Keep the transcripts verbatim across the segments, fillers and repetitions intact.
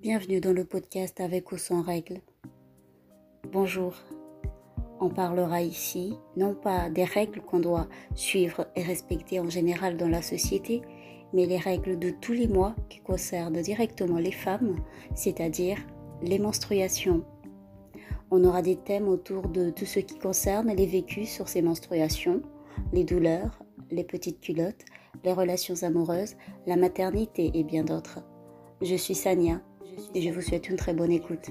Bienvenue dans le podcast Avec ou sans règles. Bonjour, on parlera ici non pas des règles qu'on doit suivre et respecter en général dans la société, mais les règles de tous les mois qui concernent directement les femmes, c'est-à-dire les menstruations. On aura des thèmes autour de tout ce qui concerne les vécus sur ces menstruations, les douleurs, les petites culottes, les relations amoureuses, la maternité et bien d'autres. Je suis Sania et je vous souhaite une très bonne écoute.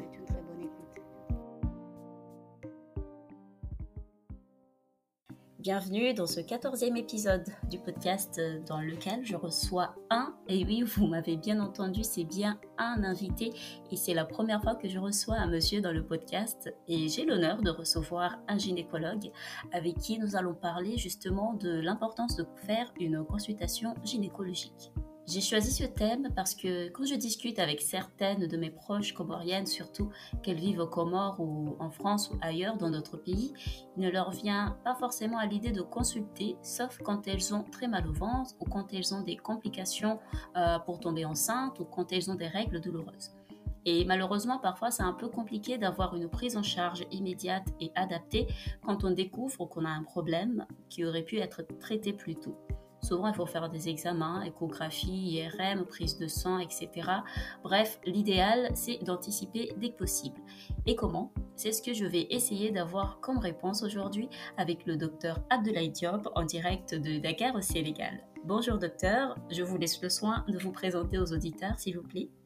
Bienvenue dans ce quatorzième épisode du podcast dans lequel je reçois un, et oui, vous m'avez bien entendu, c'est bien un invité et c'est la première fois que je reçois un monsieur dans le podcast et j'ai l'honneur de recevoir un gynécologue avec qui nous allons parler justement de l'importance de faire une consultation gynécologique. J'ai choisi ce thème parce que quand je discute avec certaines de mes proches comoriennes, surtout qu'elles vivent aux Comores ou en France ou ailleurs dans d'autres pays, il ne leur vient pas forcément à l'idée de consulter, sauf quand elles ont très mal au ventre ou quand elles ont des complications euh, pour tomber enceinte ou quand elles ont des règles douloureuses. Et malheureusement, parfois, c'est un peu compliqué d'avoir une prise en charge immédiate et adaptée quand on découvre qu'on a un problème qui aurait pu être traité plus tôt. Souvent, il faut faire des examens, échographie, I R M, prise de sang, et cetera. Bref, l'idéal, c'est d'anticiper dès que possible. Et comment ? C'est ce que je vais essayer d'avoir comme réponse aujourd'hui avec le docteur Abdoulaye Diop en direct de Dakar au Sénégal. Bonjour docteur, je vous laisse le soin de vous présenter aux auditeurs, s'il vous plaît.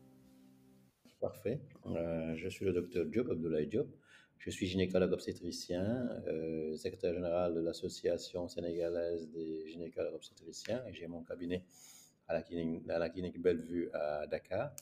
Parfait. Euh, je suis le docteur Diop, Abdoulaye Diop. Je suis gynécologue obstétricien, euh, secrétaire général de l'Association sénégalaise des gynécologues obstétriciens et j'ai mon cabinet à la clinique, à la clinique Bellevue à Dakar.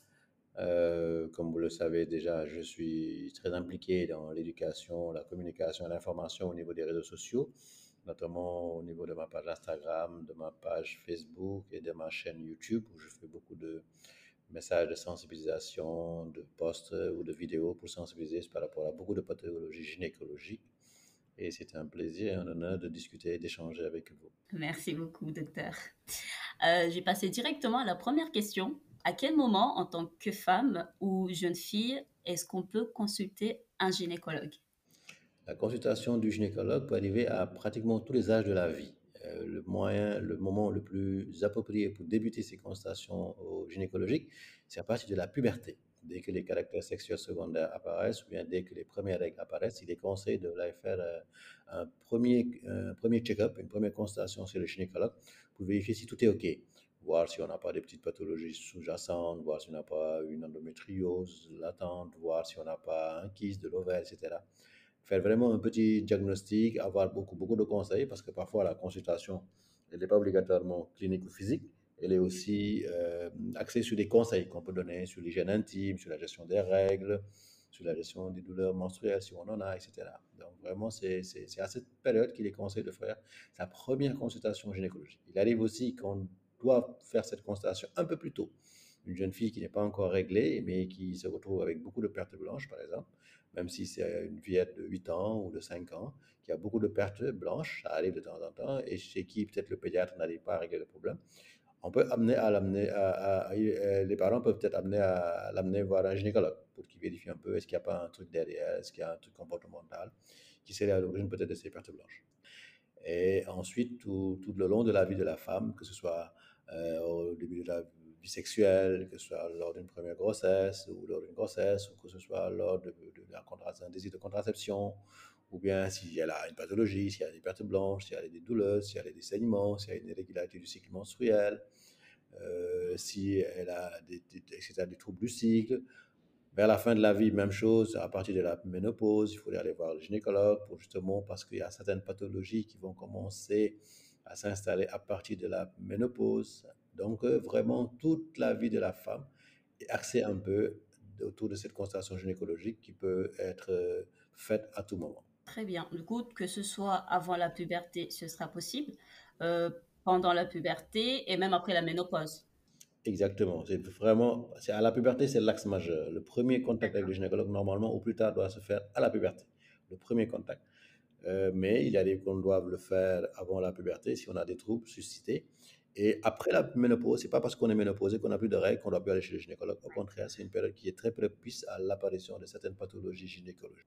Euh, comme vous le savez déjà, je suis très impliqué dans l'éducation, la communication et l'information au niveau des réseaux sociaux, notamment au niveau de ma page Instagram, de ma page Facebook et de ma chaîne YouTube où je fais beaucoup de messages de sensibilisation, de posts ou de vidéos pour sensibiliser par rapport à beaucoup de pathologies gynécologiques. Et c'est un plaisir et un honneur de discuter et d'échanger avec vous. Merci beaucoup, docteur. Euh, j'ai passé directement à la première question. À quel moment, en tant que femme ou jeune fille, est-ce qu'on peut consulter un gynécologue ? La consultation du gynécologue peut arriver à pratiquement tous les âges de la vie. Euh, le moyen, le moment le plus approprié pour débuter ces consultations gynécologiques, c'est à partir de la puberté. Dès que les caractères sexuels secondaires apparaissent, ou bien dès que les premières règles apparaissent, il est conseillé de aller faire euh, un premier, un premier check-up, une première consultation chez le gynécologue pour vérifier si tout est OK. Voir si on n'a pas des petites pathologies sous-jacentes, voir si on n'a pas une endométriose latente, voir si on n'a pas un kyste de l'ovaire, et cetera. Faire vraiment un petit diagnostic, avoir beaucoup, beaucoup de conseils, parce que parfois la consultation, elle n'est pas obligatoirement clinique ou physique, elle est aussi euh, axée sur des conseils qu'on peut donner sur l'hygiène intime, sur la gestion des règles, sur la gestion des douleurs menstruelles, si on en a, et cetera. Donc vraiment, c'est, c'est, c'est à cette période qu'il est conseillé de faire sa première consultation gynécologique. Il arrive aussi qu'on doit faire cette consultation un peu plus tôt. Une jeune fille qui n'est pas encore réglée, mais qui se retrouve avec beaucoup de pertes blanches, par exemple, même si c'est une fillette de huit ans ou de cinq ans, qui a beaucoup de pertes blanches, ça arrive de temps en temps, et chez qui peut-être le pédiatre n'arrive pas à régler le problème, on peut amener à l'amener, à, à, à, les parents peuvent peut-être amener à l'amener voir un gynécologue pour qu'il vérifie un peu est-ce qu'il n'y a pas un truc derrière, est-ce qu'il y a un truc comportemental qui serait à l'origine peut-être de ces pertes blanches. Et ensuite, tout, tout le long de la vie de la femme, que ce soit euh, au début de la vie sexuelle, que ce soit lors d'une première grossesse ou lors d'une grossesse, ou que ce soit lors de, de, de la d'un désir de contraception, ou bien si elle a une pathologie, s'il y a des pertes blanches, s'il y a des douleurs, s'il y a des saignements, s'il y a une irrégularité du cycle menstruel, euh, si elle a des, des, et cetera, des troubles du cycle. Vers la fin de la vie, même chose, à partir de la ménopause, il faudrait aller voir le gynécologue pour justement, parce qu'il y a certaines pathologies qui vont commencer à s'installer à partir de la ménopause. Donc, euh, vraiment, toute la vie de la femme est axée un peu autour de cette constatation gynécologique qui peut être euh, faite à tout moment. Très bien. Du coup, que ce soit avant la puberté, ce sera possible, euh, pendant la puberté et même après la ménopause. Exactement. C'est vraiment, c'est à la puberté, c'est l'axe majeur. Le premier contact avec le gynécologue, normalement, au plus tard, doit se faire à la puberté. Le premier contact. Euh, mais il arrive qu'on doive le faire avant la puberté si on a des troubles suscités. Et après la ménopause, c'est pas parce qu'on est ménopausé qu'on n'a plus de règles qu'on doit plus aller chez le gynécologue. Au contraire, c'est une période qui est très propice à l'apparition de certaines pathologies gynécologiques.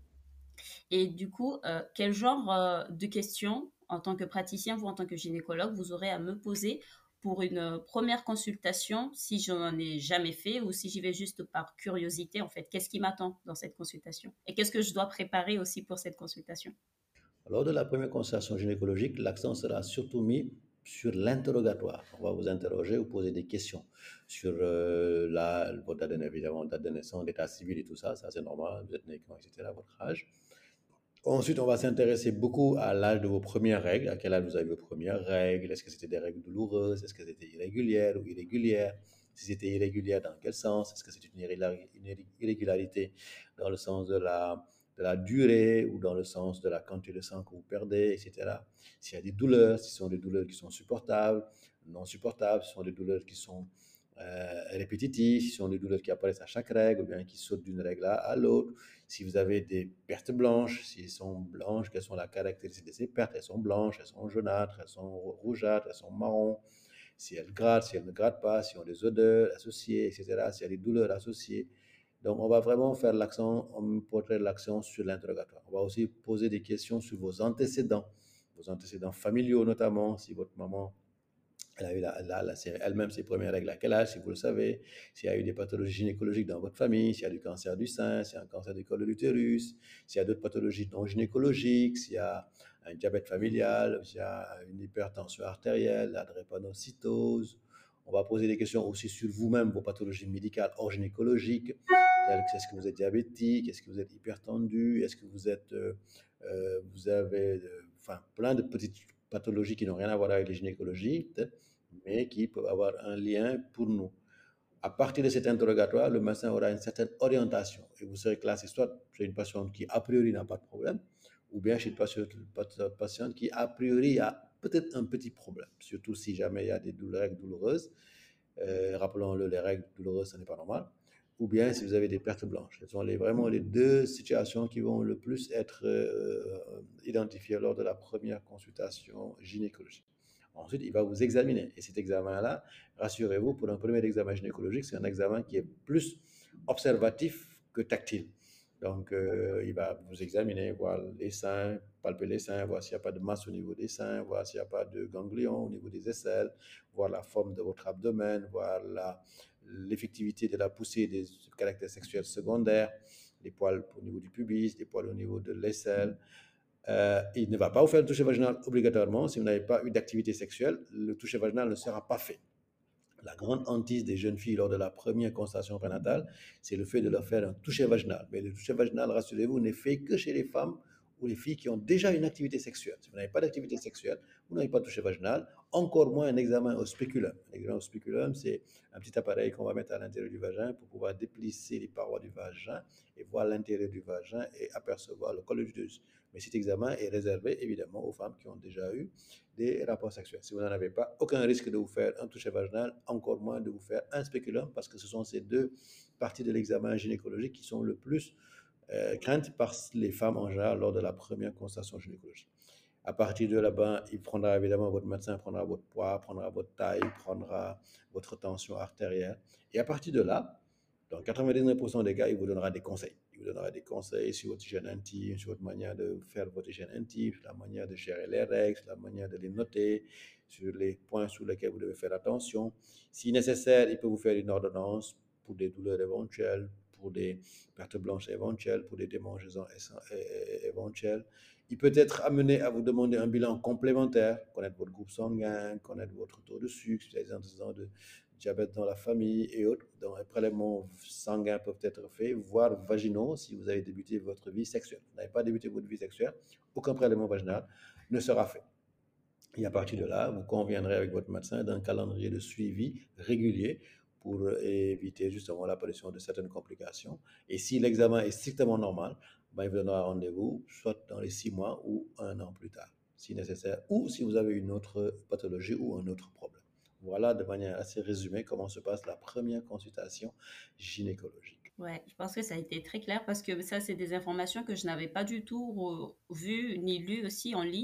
Et du coup, euh, quel genre euh, de questions, en tant que praticien, vous en tant que gynécologue, vous aurez à me poser pour une euh, première consultation si je n'en ai jamais fait ou si j'y vais juste par curiosité, en fait, qu'est-ce qui m'attend dans cette consultation? Et qu'est-ce que je dois préparer aussi pour cette consultation? Lors de la première consultation gynécologique, l'accent sera surtout mis sur l'interrogatoire. On va vous interroger, vous poser des questions sur euh, la, votre date de, évidemment, date de naissance, l'état civil et tout ça. Ça, c'est normal. Vous êtes né quand, et cetera, votre âge. Ensuite, on va s'intéresser beaucoup à l'âge de vos premières règles. À quel âge vous avez vos premières règles? Est-ce que c'était des règles douloureuses? Est-ce que c'était irrégulière ou irrégulière? Si c'était irrégulière, dans quel sens? Est-ce que c'est une, une irrégularité dans le sens de la, de la durée ou dans le sens de la quantité de sang que vous perdez, et cetera. S'il y a des douleurs, si ce sont des douleurs qui sont supportables, non supportables, ce sont des douleurs qui sont euh, répétitives, si ce sont des douleurs qui apparaissent à chaque règle ou bien qui sautent d'une règle à l'autre. Si vous avez des pertes blanches, si elles sont blanches, quelles sont la caractéristique de ces pertes? Elles sont blanches, elles sont jaunâtres, elles sont rougeâtres, elles sont marron. Si elles grattent, si elles ne grattent pas, si on a des odeurs associées, et cetera. S'il y a des douleurs associées. Donc, on va vraiment faire l'accent, on porterait l'accent sur l'interrogatoire. On va aussi poser des questions sur vos antécédents, vos antécédents familiaux notamment, si votre maman elle a eu la, la, la, elle-même ses premières règles à quel âge, si vous le savez, s'il y a eu des pathologies gynécologiques dans votre famille, s'il y a du cancer du sein, s'il y a un cancer du col de l'utérus, s'il y a d'autres pathologies non gynécologiques, s'il y a un diabète familial, s'il y a une hypertension artérielle, la drépanocytose. On va poser des questions aussi sur vous-même, vos pathologies médicales hors gynécologiques. Est-ce que vous êtes diabétique? Est-ce que vous êtes hypertendu? Est-ce que vous êtes, euh, euh, vous avez, euh, enfin, plein de petites pathologies qui n'ont rien à voir avec les gynécologies, mais qui peuvent avoir un lien pour nous. À partir de cet interrogatoire, le médecin aura une certaine orientation et vous serez classé soit chez une patiente qui a priori n'a pas de problème, ou bien chez une patiente qui a priori a peut-être un petit problème, surtout si jamais il y a des règles douloureuses. Euh, rappelons-le, les règles douloureuses, ce n'est pas normal. Ou bien si vous avez des pertes blanches. Ce sont les, vraiment les deux situations qui vont le plus être euh, identifiées lors de la première consultation gynécologique. Ensuite, il va vous examiner. Et cet examen-là, rassurez-vous, pour un premier examen gynécologique, c'est un examen qui est plus observatif que tactile. Donc, euh, il va vous examiner, voir les seins, palper les seins, voir s'il n'y a pas de masse au niveau des seins, voir s'il n'y a pas de ganglions au niveau des aisselles, voir la forme de votre abdomen, voir la, l'effectivité de la poussée des caractères sexuels secondaires, les poils au niveau du pubis, les poils au niveau de l'aisselle. Euh, il ne va pas vous faire le toucher vaginal obligatoirement. Si vous n'avez pas eu d'activité sexuelle, le toucher vaginal ne sera pas fait. La grande hantise des jeunes filles lors de la première constatation prénatale, c'est le fait de leur faire un toucher vaginal. Mais le toucher vaginal, rassurez-vous, n'est fait que chez les femmes ou les filles qui ont déjà une activité sexuelle. Si vous n'avez pas d'activité sexuelle, vous n'avez pas de toucher vaginal, encore moins un examen au spéculum. L'examen au spéculum, c'est un petit appareil qu'on va mettre à l'intérieur du vagin pour pouvoir déplisser les parois du vagin et voir l'intérieur du vagin et apercevoir le col de l'utérus. Mais cet examen est réservé évidemment aux femmes qui ont déjà eu des rapports sexuels. Si vous n'en avez pas, aucun risque de vous faire un toucher vaginal, encore moins de vous faire un spéculum, parce que ce sont ces deux parties de l'examen gynécologique qui sont le plus euh, craintes par les femmes en général lors de la première constatation gynécologique. À partir de là-bas, il prendra évidemment, votre médecin prendra votre poids, prendra votre taille, prendra votre tension artérielle. Et à partir de là, dans quatre-vingt-dix-neuf pour cent des cas, il vous donnera des conseils. Il vous donnera des conseils sur votre hygiène intime, sur votre manière de faire votre hygiène intime, sur la manière de gérer les règles, sur la manière de les noter, sur les points sur lesquels vous devez faire attention. Si nécessaire, il peut vous faire une ordonnance pour des douleurs éventuelles, pour des pertes blanches éventuelles, pour des démangeaisons éventuelles. Il peut être amené à vous demander un bilan complémentaire, connaître votre groupe sanguin, connaître votre taux de sucre, si vous avez des antécédents de diabète dans la famille et autres. Donc, les prélèvements sanguins peuvent être faits, voire vaginaux, si vous avez débuté votre vie sexuelle. Vous n'avez pas débuté votre vie sexuelle, aucun prélèvement vaginal ne sera fait. Et à partir de là, vous conviendrez avec votre médecin d'un calendrier de suivi régulier pour éviter justement l'apparition de certaines complications. Et si l'examen est strictement normal, ben, il vous donnera rendez-vous soit dans les six mois ou un an plus tard, si nécessaire, ou si vous avez une autre pathologie ou un autre problème. Voilà de manière assez résumée comment se passe la première consultation gynécologique. Ouais, je pense que ça a été très clair parce que ça, c'est des informations que je n'avais pas du tout vues ni lues aussi en ligne.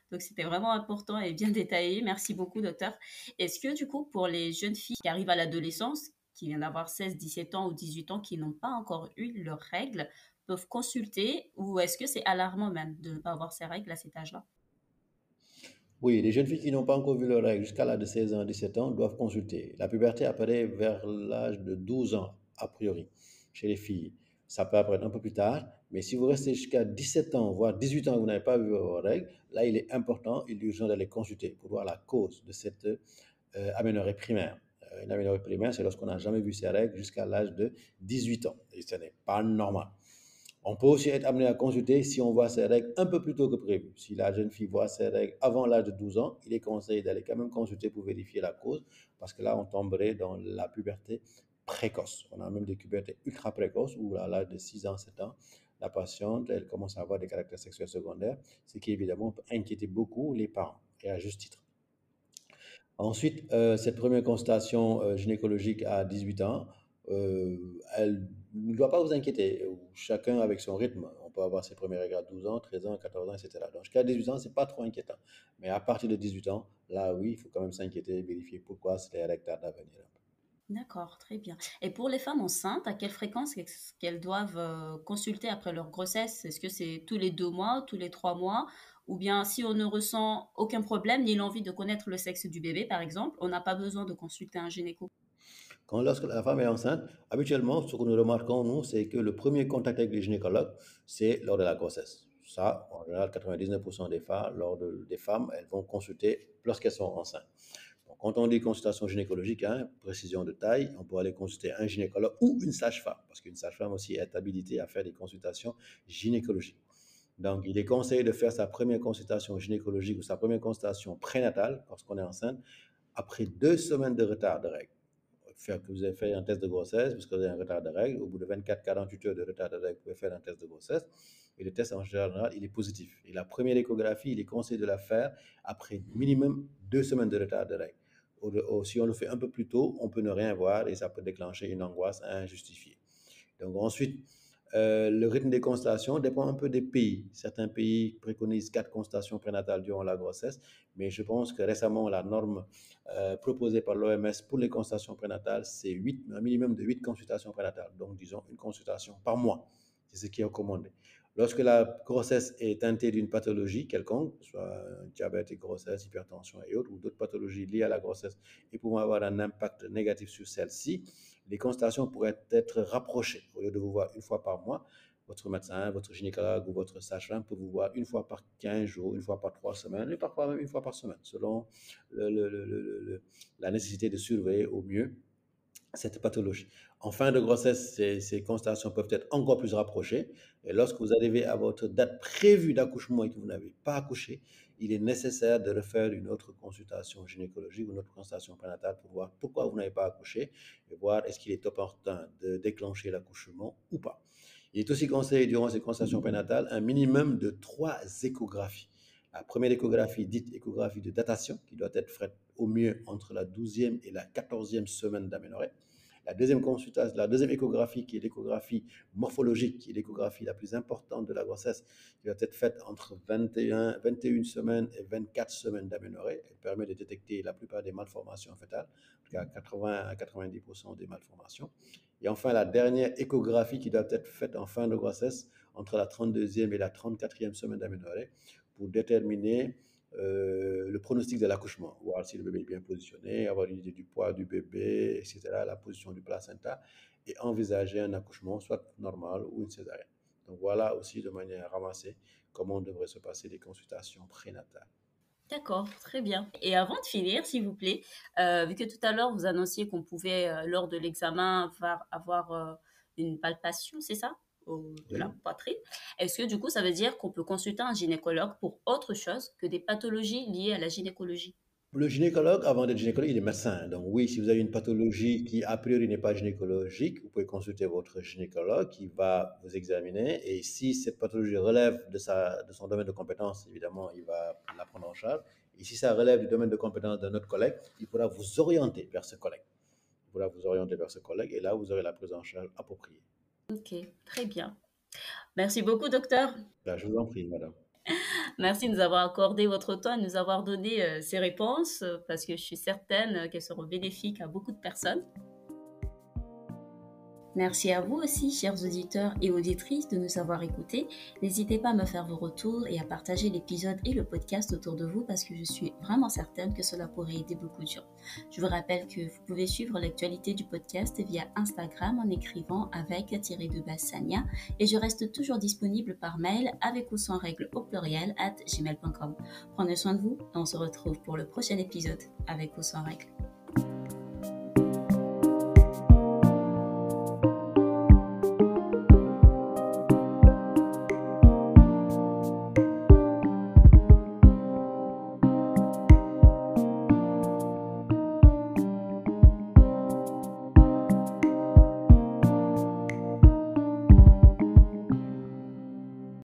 Donc, c'était vraiment important et bien détaillé. Merci beaucoup, docteur. Est-ce que, du coup, pour les jeunes filles qui arrivent à l'adolescence, qui viennent d'avoir seize, dix-sept ans ou dix-huit ans, qui n'ont pas encore eu leurs règles, peuvent consulter ou est-ce que c'est alarmant même de ne pas avoir ces règles à cet âge-là? Oui, les jeunes filles qui n'ont pas encore vu leurs règles jusqu'à l'âge de seize ans, dix-sept ans doivent consulter. La puberté apparaît vers l'âge de douze ans, a priori, chez les filles. Ça peut apparaître un peu plus tard, mais si vous restez jusqu'à dix-sept ans, voire dix-huit ans, et vous n'avez pas vu vos règles, là, il est important, il est urgent d'aller consulter pour voir la cause de cette euh, aménorrhée primaire. Euh, une aménorrhée primaire, c'est lorsqu'on n'a jamais vu ses règles jusqu'à l'âge de dix-huit ans. Et ce n'est pas normal. On peut aussi être amené à consulter si on voit ses règles un peu plus tôt que prévu. Si la jeune fille voit ses règles avant l'âge de douze ans, il est conseillé d'aller quand même consulter pour vérifier la cause, parce que là, on tomberait dans la puberté précoce. On a même des pubertés ultra précoces où à l'âge de six ans, sept ans, la patiente, elle commence à avoir des caractères sexuels secondaires, ce qui évidemment peut inquiéter beaucoup les parents, et à juste titre. Ensuite, euh, cette première constatation euh, gynécologique à dix-huit ans, euh, elle ne doit pas vous inquiéter. Chacun avec son rythme. On peut avoir ses premières règles à douze ans, treize ans, quatorze ans, et cetera. Donc jusqu'à dix-huit ans, c'est pas trop inquiétant. Mais à partir de dix-huit ans, là, oui, il faut quand même s'inquiéter et vérifier pourquoi c'est les règles tardent à venir. D'accord, très bien. Et pour les femmes enceintes, à quelle fréquence est-ce qu'elles doivent euh, consulter après leur grossesse? Est-ce que c'est tous les deux mois, tous les trois mois? Ou bien si on ne ressent aucun problème ni l'envie de connaître le sexe du bébé, par exemple, on n'a pas besoin de consulter un gynéco? Quand lorsque la femme est enceinte, habituellement, ce que nous remarquons, nous, c'est que le premier contact avec les gynécologues, c'est lors de la grossesse. Ça, en général, quatre-vingt-dix-neuf pour cent des femmes, lors de- des femmes, elles vont consulter lorsqu'elles sont enceintes. Donc, quand on dit consultation gynécologique, hein, précision de taille, on peut aller consulter un gynécologue ou une sage-femme, parce qu'une sage-femme aussi est habilitée à faire des consultations gynécologiques. Donc, il est conseillé de faire sa première consultation gynécologique ou sa première consultation prénatale, lorsqu'on est enceinte, après deux semaines de retard de règles. Faire que vous avez fait un test de grossesse, parce que vous avez un retard de règles, au bout de vingt-quatre à quarante-huit heures de retard de règles, vous pouvez faire un test de grossesse. Et le test, en général, il est positif. Et la première échographie, il est conseillé de la faire après minimum deux semaines de retard de règles. Au- au- si on le fait un peu plus tôt, on peut ne rien voir et ça peut déclencher une angoisse injustifiée. Donc ensuite, euh, le rythme des consultations dépend un peu des pays. Certains pays préconisent quatre consultations prénatales durant la grossesse, mais je pense que récemment, la norme euh, proposée par l'O M S pour les consultations prénatales, c'est huit, un minimum de huit consultations prénatales. Donc, disons une consultation par mois. C'est ce qui est recommandé. Lorsque la grossesse est teintée d'une pathologie quelconque, soit diabète et grossesse, hypertension et autres, ou d'autres pathologies liées à la grossesse et pouvant avoir un impact négatif sur celle-ci, les consultations pourraient être rapprochées. Au lieu de vous voir une fois par mois, votre médecin, votre gynécologue ou votre sage-femme peut vous voir une fois par quinze jours, une fois par trois semaines, et parfois même une fois par semaine, selon le- le- le- le- le- la nécessité de surveiller au mieux cette pathologie. En fin de grossesse, ces, ces constatations peuvent être encore plus rapprochées. Et lorsque vous arrivez à votre date prévue d'accouchement et que vous n'avez pas accouché, il est nécessaire de refaire une autre consultation gynécologique, une autre consultation prénatale pour voir pourquoi vous n'avez pas accouché et voir est-ce qu'il est opportun de déclencher l'accouchement ou pas. Il est aussi conseillé durant ces consultations prénatales un minimum de trois échographies. La première échographie, dite échographie de datation, qui doit être faite au mieux entre la douzième et la quatorzième semaine d'aménorrhée. La deuxième consultation, la deuxième échographie, qui est l'échographie morphologique, qui est l'échographie la plus importante de la grossesse, qui doit être faite entre vingt et un, vingt et une semaines et vingt-quatre semaines d'aménorrhée. Elle permet de détecter la plupart des malformations fœtales, en tout cas quatre-vingts à quatre-vingt-dix pour cent des malformations. Et enfin, la dernière échographie qui doit être faite en fin de grossesse, entre la trente-deuxième et la trente-quatrième semaine d'aménorrhée, pour déterminer euh, le pronostic de l'accouchement, voir si le bébé est bien positionné, avoir une idée du poids du bébé, et cetera, la position du placenta, et envisager un accouchement soit normal ou une césarienne. Donc voilà aussi de manière ramassée comment devraient se passer les consultations prénatales. D'accord, très bien. Et avant de finir, s'il vous plaît, euh, vu que tout à l'heure vous annonciez qu'on pouvait, euh, lors de l'examen, avoir, avoir, euh, une palpation, c'est ça, au- de la Oui. poitrine, est-ce que du coup ça veut dire qu'on peut consulter un gynécologue pour autre chose que des pathologies liées à la gynécologie? Le gynécologue, avant d'être gynécologue, il est médecin. Donc oui, si vous avez une pathologie qui a priori n'est pas gynécologique, vous pouvez consulter votre gynécologue qui va vous examiner. Et si cette pathologie relève de, sa, de son domaine de compétence, évidemment, il va la prendre en charge. Et si ça relève du domaine de compétence d'un autre collègue, il pourra vous orienter vers ce collègue. Il pourra vous orienter vers ce collègue et là, vous aurez la prise en charge appropriée. Ok, très bien. Merci beaucoup, docteur. Là, je vous en prie, madame. Merci de nous avoir accordé votre temps et de nous avoir donné euh, ces réponses euh, parce que je suis certaine euh, qu'elles seront bénéfiques à beaucoup de personnes. Merci à vous aussi, chers auditeurs et auditrices, de nous avoir écoutés. N'hésitez pas à me faire vos retours et à partager l'épisode et le podcast autour de vous parce que je suis vraiment certaine que cela pourrait aider beaucoup de gens. Je vous rappelle que vous pouvez suivre l'actualité du podcast via Instagram en écrivant avec tiré de base Sania et je reste toujours disponible par mail avec ou sans règle au pluriel at gmail point com. Prenez soin de vous et on se retrouve pour le prochain épisode avec ou sans règle.